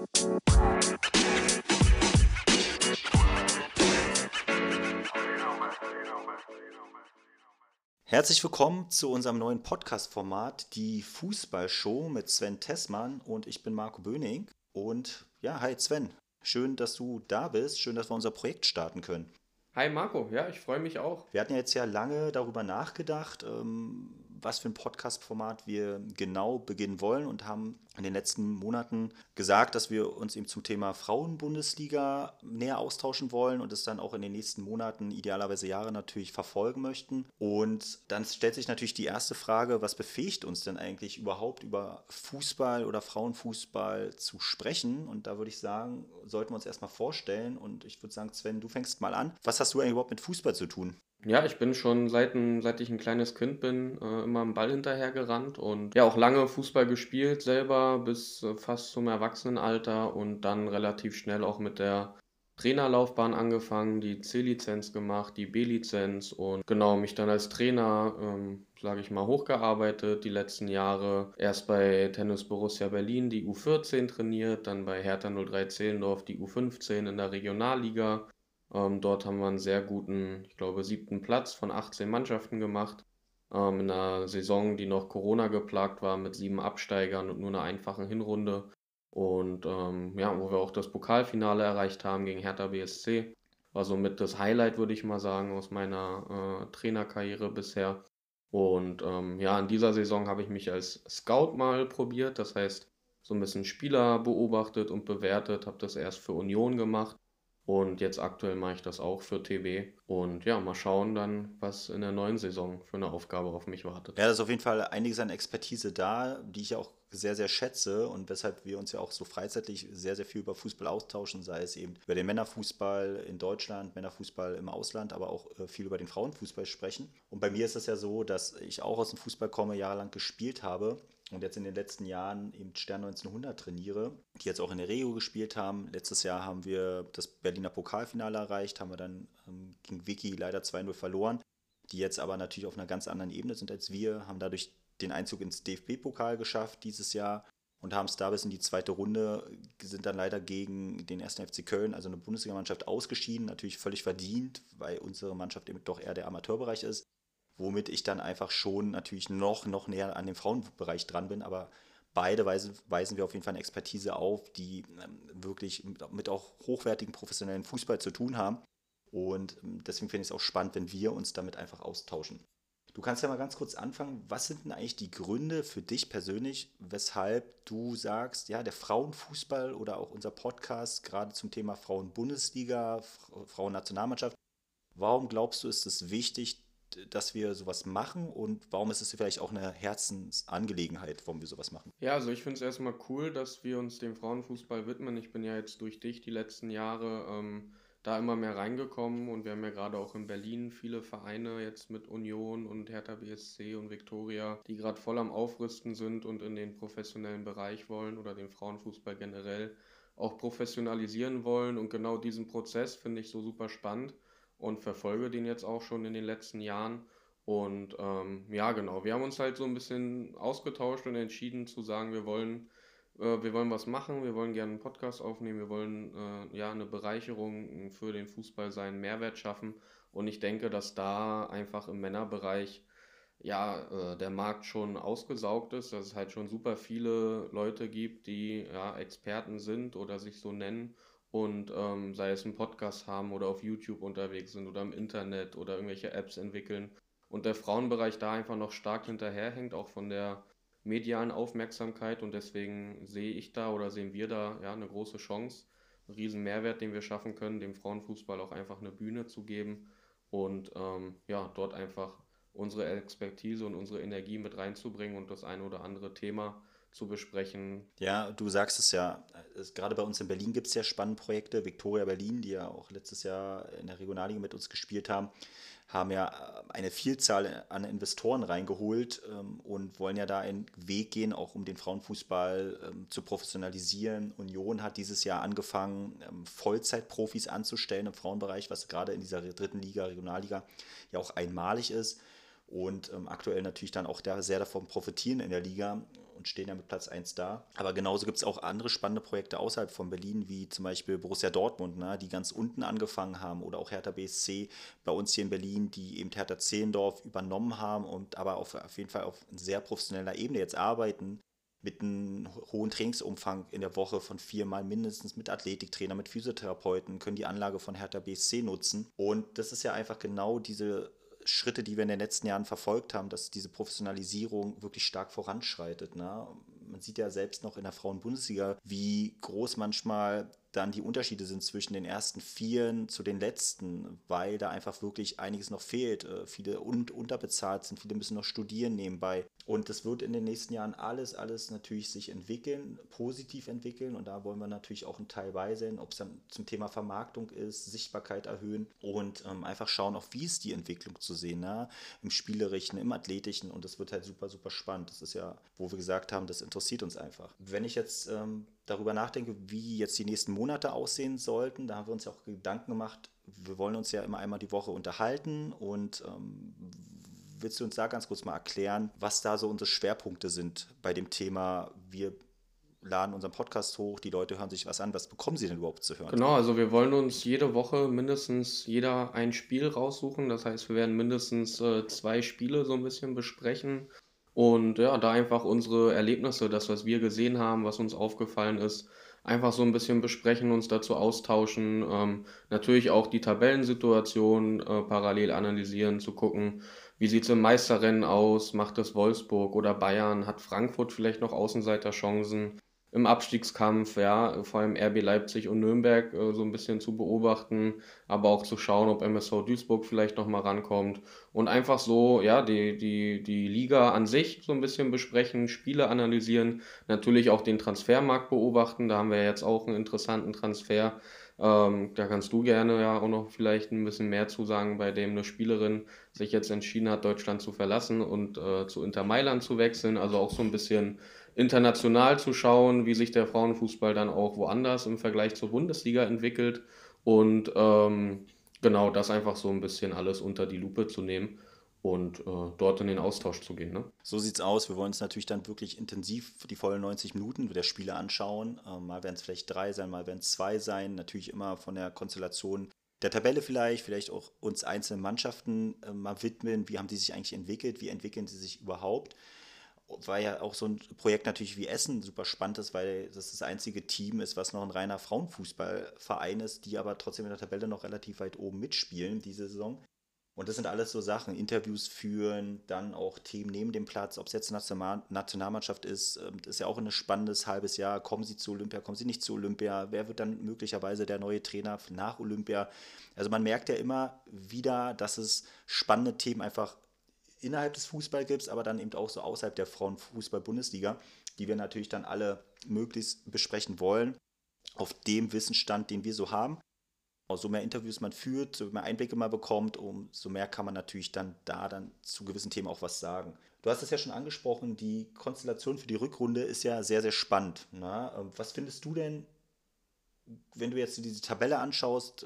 Herzlich willkommen zu unserem neuen Podcast-Format, die Fußballshow mit Sven Tessmann, und ich bin Marco Böning. Und ja, hi Sven, schön, dass du da bist, schön, dass wir unser Projekt starten können. Hi Marco, ja, ich freue mich auch. Wir hatten ja jetzt ja lange darüber nachgedacht, was für ein Podcast-Format wir genau beginnen wollen, und haben in den letzten Monaten gesagt, dass wir uns eben zum Thema Frauenbundesliga näher austauschen wollen und es dann auch in den nächsten Monaten, idealerweise Jahre, natürlich verfolgen möchten. Und dann stellt sich natürlich die erste Frage: Was befähigt uns denn eigentlich überhaupt, über Fußball oder Frauenfußball zu sprechen? Und da würde ich sagen, sollten wir uns erstmal vorstellen, und ich würde sagen, Sven, du fängst mal an. Was hast du eigentlich überhaupt mit Fußball zu tun? Ja, ich bin schon seit ich ein kleines Kind bin, immer am Ball hinterhergerannt und ja auch lange Fußball gespielt selber bis fast zum Erwachsenenalter und dann relativ schnell auch mit der Trainerlaufbahn angefangen, die C-Lizenz gemacht, die B-Lizenz und genau mich dann als Trainer, sage ich mal, hochgearbeitet die letzten Jahre. Erst bei Tennis Borussia Berlin die U14 trainiert, dann bei Hertha 03 Zehlendorf die U15 in der Regionalliga. Dort haben wir einen sehr guten, ich glaube, siebten Platz von 18 Mannschaften gemacht. In einer Saison, die noch Corona geplagt war, mit 7 Absteigern und nur einer einfachen Hinrunde. Und ja, wo wir auch das Pokalfinale erreicht haben gegen Hertha BSC. War somit das Highlight, würde ich mal sagen, aus meiner Trainerkarriere bisher. Und ja, in dieser Saison habe ich mich als Scout mal probiert. Das heißt, so ein bisschen Spieler beobachtet und bewertet. Habe das erst für Union gemacht und jetzt aktuell mache ich das auch für TB. Und ja, mal schauen dann, was in der neuen Saison für eine Aufgabe auf mich wartet. Ja, da ist auf jeden Fall einiges an Expertise da, die ich ja auch sehr, sehr schätze, und weshalb wir uns ja auch so freizeitlich sehr, sehr viel über Fußball austauschen, sei es eben über den Männerfußball in Deutschland, Männerfußball im Ausland, aber auch viel über den Frauenfußball sprechen. Und bei mir ist es ja so, dass ich auch aus dem Fußball komme, jahrelang gespielt habe und jetzt in den letzten Jahren eben Stern 1900 trainiere, die jetzt auch in der Regio gespielt haben. Letztes Jahr haben wir das Berliner Pokalfinale erreicht, haben wir dann gegen Vicky leider 2:0 verloren, die jetzt aber natürlich auf einer ganz anderen Ebene sind als wir, haben dadurch den Einzug ins DFB-Pokal geschafft dieses Jahr und haben es da bis in die zweite Runde, sind dann leider gegen den 1. FC Köln, also eine Bundesligamannschaft, ausgeschieden, natürlich völlig verdient, weil unsere Mannschaft eben doch eher der Amateurbereich ist, womit ich dann einfach schon natürlich noch näher an dem Frauenbereich dran bin, aber beide weisen wir auf jeden Fall eine Expertise auf, die wirklich mit auch hochwertigen professionellen Fußball zu tun haben. Und deswegen finde ich es auch spannend, wenn wir uns damit einfach austauschen. Du kannst ja mal ganz kurz anfangen. Was sind denn eigentlich die Gründe für dich persönlich, weshalb du sagst, ja, der Frauenfußball oder auch unser Podcast gerade zum Thema Frauenbundesliga, Frauennationalmannschaft, warum glaubst du, ist es wichtig, dass wir sowas machen, und warum ist es vielleicht auch eine Herzensangelegenheit, warum wir sowas machen? Ja, also ich finde es erstmal cool, dass wir uns dem Frauenfußball widmen. Ich bin ja jetzt durch dich die letzten Jahre da immer mehr reingekommen und wir haben ja gerade auch in Berlin viele Vereine jetzt mit Union und Hertha BSC und Viktoria, die gerade voll am Aufrüsten sind und in den professionellen Bereich wollen oder den Frauenfußball generell auch professionalisieren wollen. Und genau diesen Prozess finde ich so super spannend und verfolge den jetzt auch schon in den letzten Jahren. Und ja, genau, wir haben uns halt so ein bisschen ausgetauscht und entschieden zu sagen, wir wollen was machen, wir wollen gerne einen Podcast aufnehmen, wir wollen ja eine Bereicherung für den Fußball sein, Mehrwert schaffen. Und ich denke, dass da einfach im Männerbereich ja der Markt schon ausgesaugt ist, dass es halt schon super viele Leute gibt, die ja Experten sind oder sich so nennen und sei es einen Podcast haben oder auf YouTube unterwegs sind oder im Internet oder irgendwelche Apps entwickeln und der Frauenbereich da einfach noch stark hinterherhängt, auch von der medialen Aufmerksamkeit, und deswegen sehe ich da oder sehen wir da ja eine große Chance, einen riesen Mehrwert, den wir schaffen können, dem Frauenfußball auch einfach eine Bühne zu geben und ja, dort einfach unsere Expertise und unsere Energie mit reinzubringen und das eine oder andere Thema zu besprechen. Ja, du sagst es ja, gerade bei uns in Berlin gibt es ja spannende Projekte. Viktoria Berlin, die ja auch letztes Jahr in der Regionalliga mit uns gespielt haben, haben ja eine Vielzahl an Investoren reingeholt, und wollen ja da einen Weg gehen, auch um den Frauenfußball zu professionalisieren. Union hat dieses Jahr angefangen, Vollzeitprofis anzustellen im Frauenbereich, was gerade in dieser dritten Liga, Regionalliga, ja auch einmalig ist. Und aktuell natürlich dann auch da sehr davon profitieren in der Liga. und stehen ja mit Platz 1 da. Aber genauso gibt es auch andere spannende Projekte außerhalb von Berlin, wie zum Beispiel Borussia Dortmund, ne, die ganz unten angefangen haben, oder auch Hertha BSC bei uns hier in Berlin, die eben Hertha Zehlendorf übernommen haben und aber auf jeden Fall auf sehr professioneller Ebene jetzt arbeiten mit einem hohen Trainingsumfang in der Woche von 4-mal mindestens, mit Athletiktrainer, mit Physiotherapeuten, können die Anlage von Hertha BSC nutzen. Und das ist ja einfach genau diese Schritte, die wir in den letzten Jahren verfolgt haben, dass diese Professionalisierung wirklich stark voranschreitet. Ne? Man sieht ja selbst noch in der Frauen-Bundesliga, wie groß manchmal dann die Unterschiede sind zwischen den ersten Vieren zu den letzten, weil da einfach wirklich einiges noch fehlt. Viele unterbezahlt sind, viele müssen noch studieren nebenbei. Und das wird in den nächsten Jahren alles natürlich sich entwickeln, positiv entwickeln. Und da wollen wir natürlich auch einen Teil bei sein, ob es dann zum Thema Vermarktung ist, Sichtbarkeit erhöhen und einfach schauen, auch wie ist die Entwicklung zu sehen, ne? Im Spielerischen, im Athletischen. Und das wird halt super, super spannend. Das ist ja, wo wir gesagt haben, das interessiert uns einfach. Wenn ich jetzt darüber nachdenke, wie jetzt die nächsten Monate aussehen sollten, da haben wir uns ja auch Gedanken gemacht, wir wollen uns ja immer einmal die Woche unterhalten und willst du uns da ganz kurz mal erklären, was da so unsere Schwerpunkte sind bei dem Thema, wir laden unseren Podcast hoch, die Leute hören sich was an, was bekommen sie denn überhaupt zu hören? Genau, also wir wollen uns jede Woche mindestens jeder ein Spiel raussuchen. Das heißt, wir werden mindestens 2 Spiele so ein bisschen besprechen. Und ja, da einfach unsere Erlebnisse, das, was wir gesehen haben, was uns aufgefallen ist, einfach so ein bisschen besprechen, uns dazu austauschen. Natürlich auch die Tabellensituation parallel analysieren, zu gucken, wie sieht es im Meisterrennen aus, macht es Wolfsburg oder Bayern, hat Frankfurt vielleicht noch Außenseiterchancen im Abstiegskampf, ja, vor allem RB Leipzig und Nürnberg so ein bisschen zu beobachten, aber auch zu schauen, ob MSV Duisburg vielleicht noch mal rankommt und einfach so, ja, die Liga an sich so ein bisschen besprechen, Spiele analysieren, natürlich auch den Transfermarkt beobachten. Da haben wir jetzt auch einen interessanten Transfer. Da kannst du gerne ja auch noch vielleicht ein bisschen mehr zu sagen, bei dem eine Spielerin sich jetzt entschieden hat, Deutschland zu verlassen und zu Inter Mailand zu wechseln. Also auch so ein bisschen international zu schauen, wie sich der Frauenfußball dann auch woanders im Vergleich zur Bundesliga entwickelt und genau das einfach so ein bisschen alles unter die Lupe zu nehmen und dort in den Austausch zu gehen. Ne? So sieht's aus. Wir wollen uns natürlich dann wirklich intensiv die vollen 90 Minuten der Spiele anschauen. Mal werden es vielleicht 3 sein, mal werden es 2 sein. Natürlich immer von der Konstellation der Tabelle vielleicht auch uns einzelnen Mannschaften mal widmen. Wie haben die sich eigentlich entwickelt? Wie entwickeln sie sich überhaupt? Weil ja auch so ein Projekt natürlich wie Essen super spannend ist, weil das einzige Team ist, was noch ein reiner Frauenfußballverein ist, die aber trotzdem in der Tabelle noch relativ weit oben mitspielen diese Saison. Und das sind alles so Sachen, Interviews führen, dann auch Themen neben dem Platz, ob es jetzt Nationalmannschaft ist, ist ja auch ein spannendes halbes Jahr. Kommen sie zu Olympia, kommen sie nicht zu Olympia? Wer wird dann möglicherweise der neue Trainer nach Olympia? Also man merkt ja immer wieder, dass es spannende Themen einfach innerhalb des Fußballs gibt, aber dann eben auch so außerhalb der Frauenfußball-Bundesliga, die wir natürlich dann alle möglichst besprechen wollen, auf dem Wissensstand, den wir so haben. So mehr Interviews man führt, so mehr Einblicke man bekommt, umso mehr kann man natürlich dann zu gewissen Themen auch was sagen. Du hast es ja schon angesprochen, die Konstellation für die Rückrunde ist ja sehr, sehr spannend. Ne? Was findest du denn, wenn du jetzt diese Tabelle anschaust,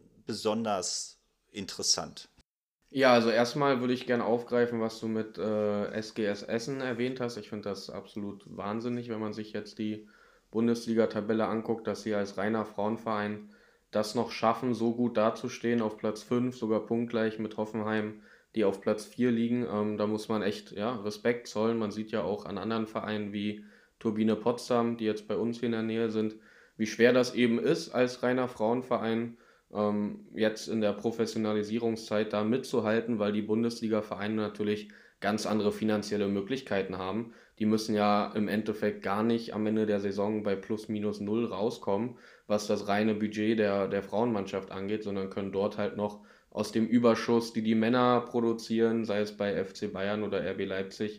besonders interessant? Ja, also erstmal würde ich gerne aufgreifen, was du mit SGS Essen erwähnt hast. Ich finde das absolut wahnsinnig, wenn man sich jetzt die Bundesliga-Tabelle anguckt, dass sie als reiner Frauenverein das noch schaffen, so gut dazustehen, auf Platz 5, sogar punktgleich mit Hoffenheim, die auf Platz 4 liegen. Da muss man echt ja, Respekt zollen. Man sieht ja auch an anderen Vereinen wie Turbine Potsdam, die jetzt bei uns hier in der Nähe sind, wie schwer das eben ist, als reiner Frauenverein jetzt in der Professionalisierungszeit da mitzuhalten, weil die Bundesliga-Vereine natürlich ganz andere finanzielle Möglichkeiten haben. Die müssen ja im Endeffekt gar nicht am Ende der Saison bei plus minus null rauskommen, was das reine Budget der Frauenmannschaft angeht, sondern können dort halt noch aus dem Überschuss, die die Männer produzieren, sei es bei FC Bayern oder RB Leipzig,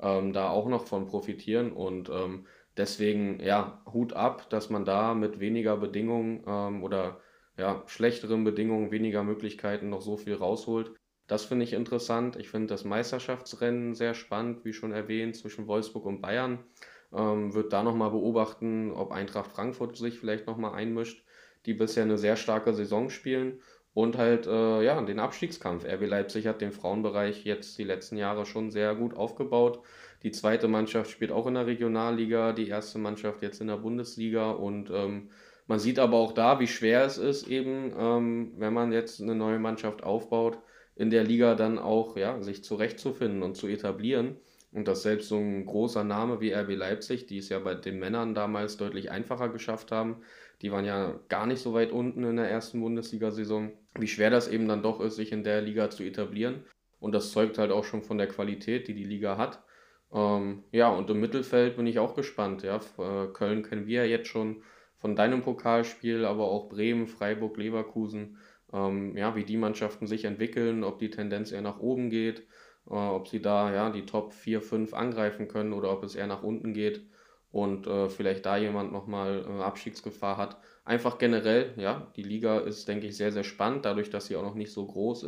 da auch noch von profitieren und deswegen, ja, Hut ab, dass man da mit weniger Bedingungen oder ja, schlechteren Bedingungen, weniger Möglichkeiten noch so viel rausholt. Das finde ich interessant. Ich finde das Meisterschaftsrennen sehr spannend, wie schon erwähnt, zwischen Wolfsburg und Bayern. Wird da nochmal beobachten, ob Eintracht Frankfurt sich vielleicht nochmal einmischt, die bisher eine sehr starke Saison spielen. Und halt, ja, den Abstiegskampf. RB Leipzig hat den Frauenbereich jetzt die letzten Jahre schon sehr gut aufgebaut. Die zweite Mannschaft spielt auch in der Regionalliga, die erste Mannschaft jetzt in der Bundesliga und man sieht aber auch da, wie schwer es ist eben, wenn man jetzt eine neue Mannschaft aufbaut, in der Liga dann auch, ja, sich zurechtzufinden und zu etablieren. Und dass selbst so ein großer Name wie RB Leipzig, die es ja bei den Männern damals deutlich einfacher geschafft haben, die waren ja gar nicht so weit unten in der ersten Bundesliga-Saison, wie schwer das eben dann doch ist, sich in der Liga zu etablieren. Und das zeugt halt auch schon von der Qualität, die die Liga hat. Ja, und im Mittelfeld bin ich auch gespannt. Ja. Köln kennen wir ja jetzt schon von deinem Pokalspiel, aber auch Bremen, Freiburg, Leverkusen. Ja, wie die Mannschaften sich entwickeln, ob die Tendenz eher nach oben geht, ob sie da ja die Top 4, 5 angreifen können oder ob es eher nach unten geht und vielleicht da jemand nochmal Abstiegsgefahr hat. Einfach generell, ja, die Liga ist, denke ich, sehr, sehr spannend, dadurch, dass sie auch noch nicht so groß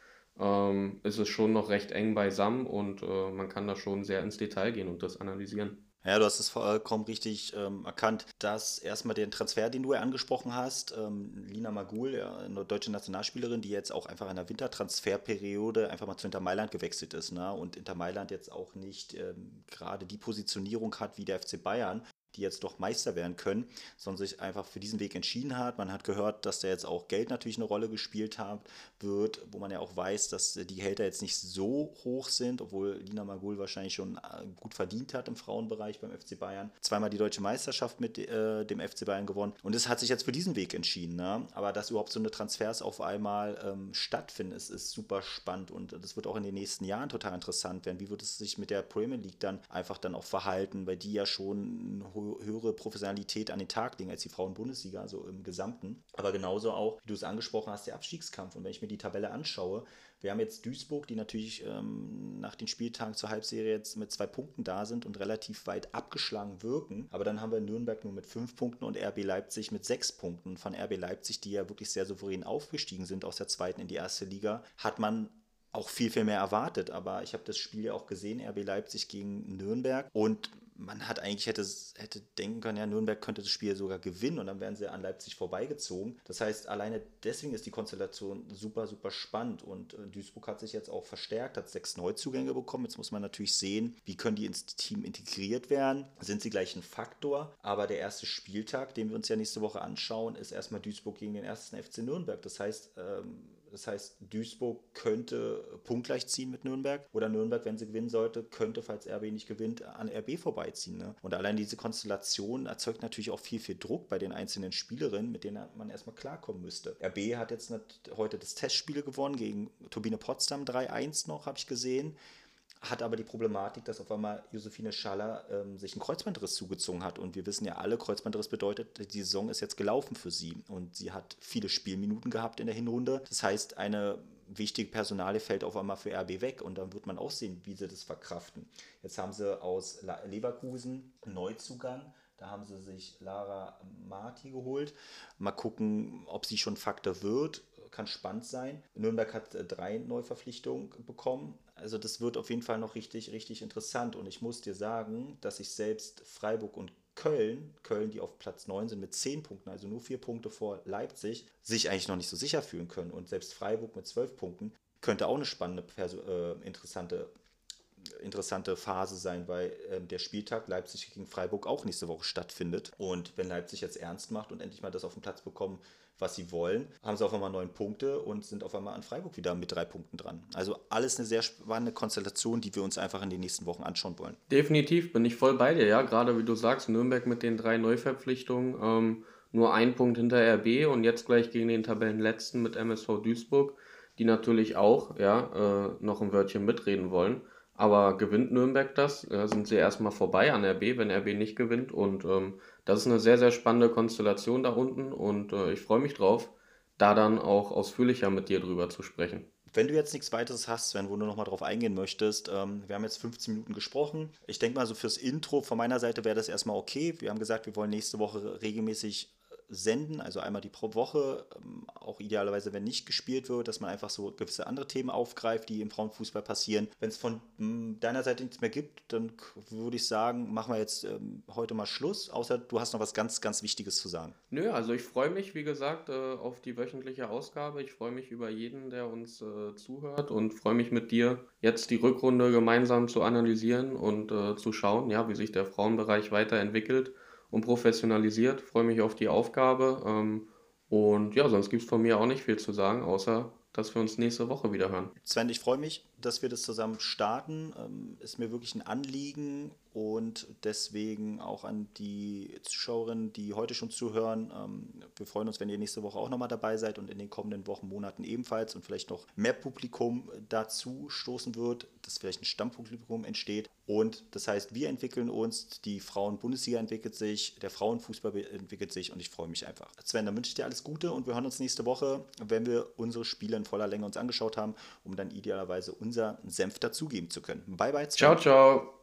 ist es schon noch recht eng beisammen und man kann da schon sehr ins Detail gehen und das analysieren. Ja, du hast es vollkommen richtig erkannt, dass erstmal den Transfer, den du ja angesprochen hast, Lina Magul, ja, eine deutsche Nationalspielerin, die jetzt auch einfach in der Wintertransferperiode einfach mal zu Inter Mailand gewechselt ist, ne? Und Inter Mailand jetzt auch nicht gerade die Positionierung hat wie der FC Bayern, die jetzt doch Meister werden können, sondern sich einfach für diesen Weg entschieden hat. Man hat gehört, dass da jetzt auch Geld natürlich eine Rolle gespielt hat, wird, wo man ja auch weiß, dass die Gehälter jetzt nicht so hoch sind, obwohl Lina Magul wahrscheinlich schon gut verdient hat im Frauenbereich beim FC Bayern. Zweimal die deutsche Meisterschaft mit dem FC Bayern gewonnen und es hat sich jetzt für diesen Weg entschieden. Ne? Aber dass überhaupt so eine Transfers auf einmal stattfinden, ist super spannend und das wird auch in den nächsten Jahren total interessant werden. Wie wird es sich mit der Premier League dann einfach dann auch verhalten, weil die ja schon höhere Professionalität an den Tag legen als die Frauen-Bundesliga, so im Gesamten. Aber genauso auch, wie du es angesprochen hast, der Abstiegskampf. Und wenn ich mir die Tabelle anschaue, wir haben jetzt Duisburg, die natürlich nach den Spieltagen zur Halbserie jetzt mit 2 Punkten da sind und relativ weit abgeschlagen wirken. Aber dann haben wir Nürnberg nur mit 5 Punkten und RB Leipzig mit 6 Punkten. Von RB Leipzig, die ja wirklich sehr souverän aufgestiegen sind aus der zweiten in die erste Liga, hat man auch viel, viel mehr erwartet. Aber ich habe das Spiel ja auch gesehen, RB Leipzig gegen Nürnberg. Und man hat eigentlich hätte denken können, ja, Nürnberg könnte das Spiel sogar gewinnen und dann wären sie an Leipzig vorbeigezogen. Das heißt, alleine deswegen ist die Konstellation super, super spannend und Duisburg hat sich jetzt auch verstärkt, hat 6 Neuzugänge bekommen. Jetzt muss man natürlich sehen, wie können die ins Team integriert werden? Sind sie gleich ein Faktor? Aber der erste Spieltag, den wir uns ja nächste Woche anschauen, ist erstmal Duisburg gegen den ersten FC Nürnberg. Das heißt, Duisburg könnte punktgleich ziehen mit Nürnberg oder Nürnberg, wenn sie gewinnen sollte, könnte, falls RB nicht gewinnt, an RB vorbeiziehen. Ne? Und allein diese Konstellation erzeugt natürlich auch viel, viel Druck bei den einzelnen Spielerinnen, mit denen man erstmal klarkommen müsste. RB hat jetzt heute das Testspiel gewonnen gegen Turbine Potsdam 3-1 noch, habe ich gesehen. Hat aber die Problematik, dass auf einmal Josephine Schaller sich einen Kreuzbandriss zugezogen hat. Und wir wissen ja alle, Kreuzbandriss bedeutet, die Saison ist jetzt gelaufen für sie. Und sie hat viele Spielminuten gehabt in der Hinrunde. Das heißt, eine wichtige Personalie fällt auf einmal für RB weg. Und dann wird man auch sehen, wie sie das verkraften. Jetzt haben sie aus Leverkusen einen Neuzugang. Da haben sie sich Lara Marti geholt. Mal gucken, ob sie schon Faktor wird. Kann spannend sein. Nürnberg hat 3 Neuverpflichtungen bekommen. Also das wird auf jeden Fall noch richtig, richtig interessant. Und ich muss dir sagen, dass ich selbst Freiburg und Köln, die auf Platz 9 sind mit 10 Punkten, also nur 4 Punkte vor Leipzig, sich eigentlich noch nicht so sicher fühlen können. Und selbst Freiburg mit 12 Punkten könnte auch eine spannende, interessante Phase sein, weil der Spieltag Leipzig gegen Freiburg auch nächste Woche stattfindet. Und wenn Leipzig jetzt ernst macht und endlich mal das auf den Platz bekommen, was sie wollen, haben sie auf einmal 9 Punkte und sind auf einmal an Freiburg wieder mit 3 Punkten dran. Also alles eine sehr spannende Konstellation, die wir uns einfach in den nächsten Wochen anschauen wollen. Definitiv bin ich voll bei dir, ja. Gerade wie du sagst, Nürnberg mit den 3 Neuverpflichtungen, nur 1 Punkt hinter RB und jetzt gleich gegen den Tabellenletzten mit MSV Duisburg, die natürlich auch ja, noch ein Wörtchen mitreden wollen. Aber gewinnt Nürnberg das, sind sie erstmal vorbei an RB, wenn RB nicht gewinnt. Und das ist eine sehr, sehr spannende Konstellation da unten und ich freue mich drauf, da dann auch ausführlicher mit dir drüber zu sprechen. Wenn du jetzt nichts weiteres hast, Sven, wo du nochmal drauf eingehen möchtest, wir haben jetzt 15 Minuten gesprochen. Ich denke mal, so fürs Intro von meiner Seite wäre das erstmal okay. Wir haben gesagt, wir wollen nächste Woche regelmäßig senden, also einmal die pro Woche, auch idealerweise, wenn nicht gespielt wird, dass man einfach so gewisse andere Themen aufgreift, die im Frauenfußball passieren. Wenn es von deiner Seite nichts mehr gibt, dann würde ich sagen, machen wir jetzt heute mal Schluss, außer du hast noch was ganz, ganz Wichtiges zu sagen. Nö, also ich freue mich, wie gesagt, auf die wöchentliche Ausgabe. Ich freue mich über jeden, der uns zuhört und freue mich mit dir jetzt die Rückrunde gemeinsam zu analysieren und zu schauen, ja, wie sich der Frauenbereich weiterentwickelt und professionalisiert. Freue mich auf die Aufgabe. Und ja, sonst gibt es von mir auch nicht viel zu sagen, außer dass wir uns nächste Woche wieder hören. Sven, ich freue mich, dass wir das zusammen starten. Ist mir wirklich ein Anliegen und deswegen auch an die Zuschauerinnen, die heute schon zuhören. Wir freuen uns, wenn ihr nächste Woche auch nochmal dabei seid und in den kommenden Wochen, Monaten ebenfalls und vielleicht noch mehr Publikum dazu stoßen wird, dass vielleicht ein Stammpublikum entsteht. Und das heißt, wir entwickeln uns, die Frauen-Bundesliga entwickelt sich, der Frauenfußball entwickelt sich und ich freue mich einfach. Sven, dann wünsche ich dir alles Gute und wir hören uns nächste Woche, wenn wir unsere Spiele in voller Länge uns angeschaut haben, um dann idealerweise unser Senf dazugeben zu können. Bye bye, Ciao, Sven. ciao.